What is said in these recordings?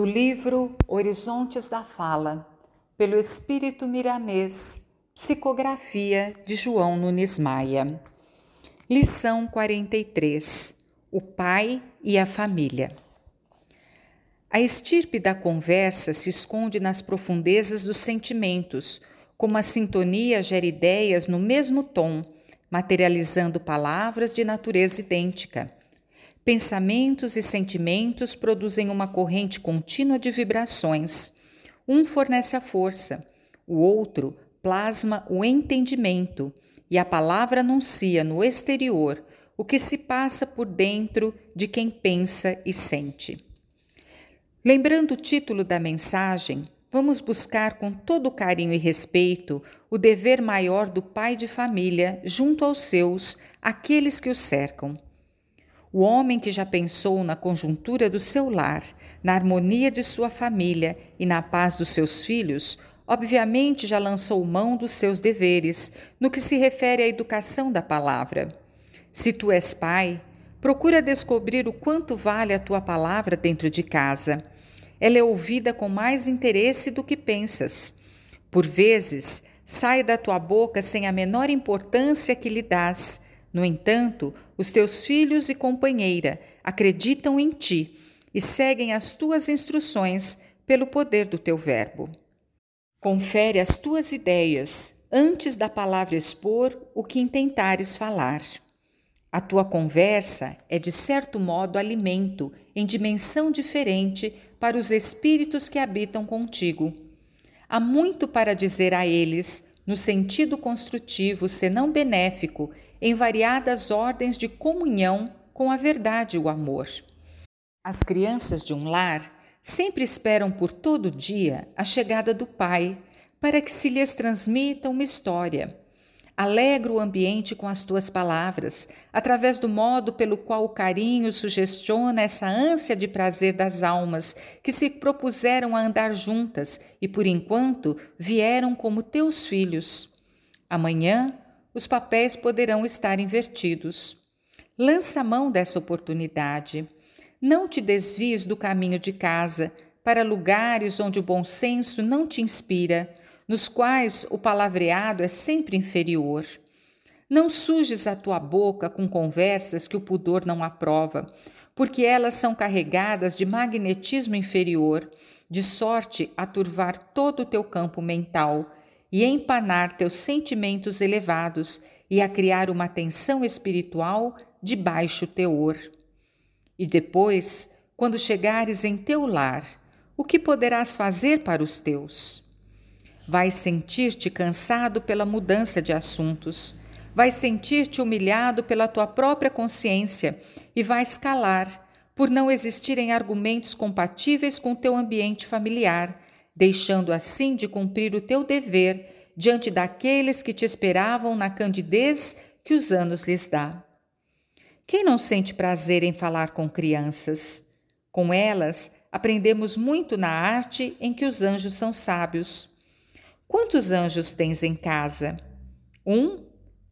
Do livro Horizontes da Fala, pelo Espírito Miramês, psicografia de João Nunes Maia. Lição 43. O pai e a família. A estirpe da conversa se esconde nas profundezas dos sentimentos, como a sintonia gera ideias no mesmo tom, materializando palavras de natureza idêntica. Pensamentos e sentimentos produzem uma corrente contínua de vibrações. Um fornece a força, o outro plasma o entendimento, e a palavra anuncia no exterior o que se passa por dentro de quem pensa e sente. Lembrando o título da mensagem, vamos buscar com todo carinho e respeito o dever maior do pai de família junto aos seus, aqueles que o cercam. O homem que já pensou na conjuntura do seu lar, na harmonia de sua família e na paz dos seus filhos, obviamente já lançou mão dos seus deveres no que se refere à educação da palavra. Se tu és pai, procura descobrir o quanto vale a tua palavra dentro de casa. Ela é ouvida com mais interesse do que pensas. Por vezes, sai da tua boca sem a menor importância que lhe dás. No entanto, os teus filhos e companheira acreditam em ti e seguem as tuas instruções pelo poder do teu verbo. Confere as tuas ideias antes da palavra expor o que intentares falar. A tua conversa é, de certo modo, alimento em dimensão diferente para os espíritos que habitam contigo. Há muito para dizer a eles, no sentido construtivo, senão benéfico, em variadas ordens de comunhão com a verdade e o amor. As crianças de um lar sempre esperam por todo dia a chegada do pai, para que se lhes transmita uma história. Alegra o ambiente com as tuas palavras, através do modo pelo qual o carinho sugestiona essa ânsia de prazer das almas que se propuseram a andar juntas e, por enquanto, vieram como teus filhos. Amanhã, os papéis poderão estar invertidos. Lança a mão dessa oportunidade. Não te desvies do caminho de casa para lugares onde o bom senso não te inspira, nos quais o palavreado é sempre inferior. Não sujes a tua boca com conversas que o pudor não aprova, porque elas são carregadas de magnetismo inferior, de sorte a turvar todo o teu campo mental e empanar teus sentimentos elevados e a criar uma tensão espiritual de baixo teor. E depois, quando chegares em teu lar, o que poderás fazer para os teus? Vais sentir-te cansado pela mudança de assuntos, vais sentir-te humilhado pela tua própria consciência e vais calar, por não existirem argumentos compatíveis com o teu ambiente familiar, deixando assim de cumprir o teu dever diante daqueles que te esperavam na candidez que os anos lhes dá. Quem não sente prazer em falar com crianças? Com elas, aprendemos muito na arte em que os anjos são sábios. Quantos anjos tens em casa? 1,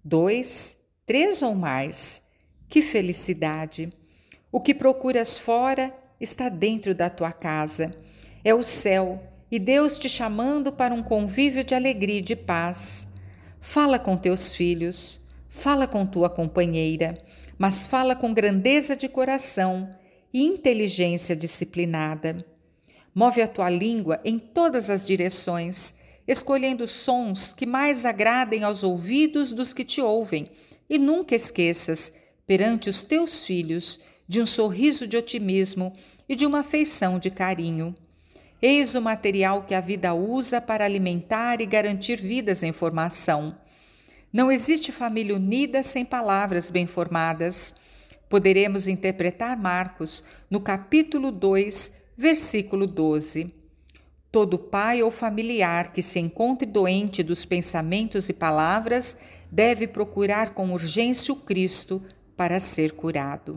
2, 3 ou mais? Que felicidade! O que procuras fora está dentro da tua casa. É o céu e Deus te chamando para um convívio de alegria e de paz. Fala com teus filhos, fala com tua companheira, mas fala com grandeza de coração e inteligência disciplinada. Move a tua língua em todas as direções, escolhendo sons que mais agradem aos ouvidos dos que te ouvem, e nunca esqueças, perante os teus filhos, de um sorriso de otimismo e de uma afeição de carinho. Eis o material que a vida usa para alimentar e garantir vidas em formação. Não existe família unida sem palavras bem formadas. Poderemos interpretar Marcos no capítulo 2, versículo 12. Todo pai ou familiar que se encontre doente dos pensamentos e palavras deve procurar com urgência o Cristo para ser curado.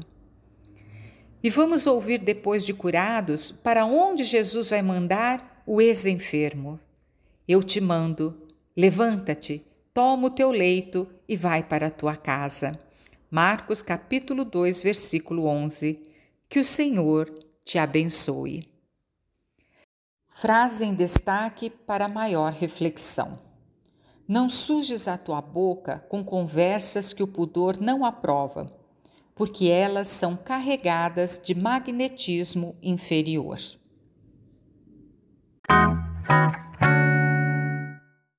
E vamos ouvir, depois de curados, para onde Jesus vai mandar o ex-enfermo. Eu te mando, levanta-te, toma o teu leito e vai para a tua casa. Marcos capítulo 2, versículo 11. Que o Senhor te abençoe. Frase em destaque para maior reflexão. Não sujes a tua boca com conversas que o pudor não aprova, porque elas são carregadas de magnetismo inferior.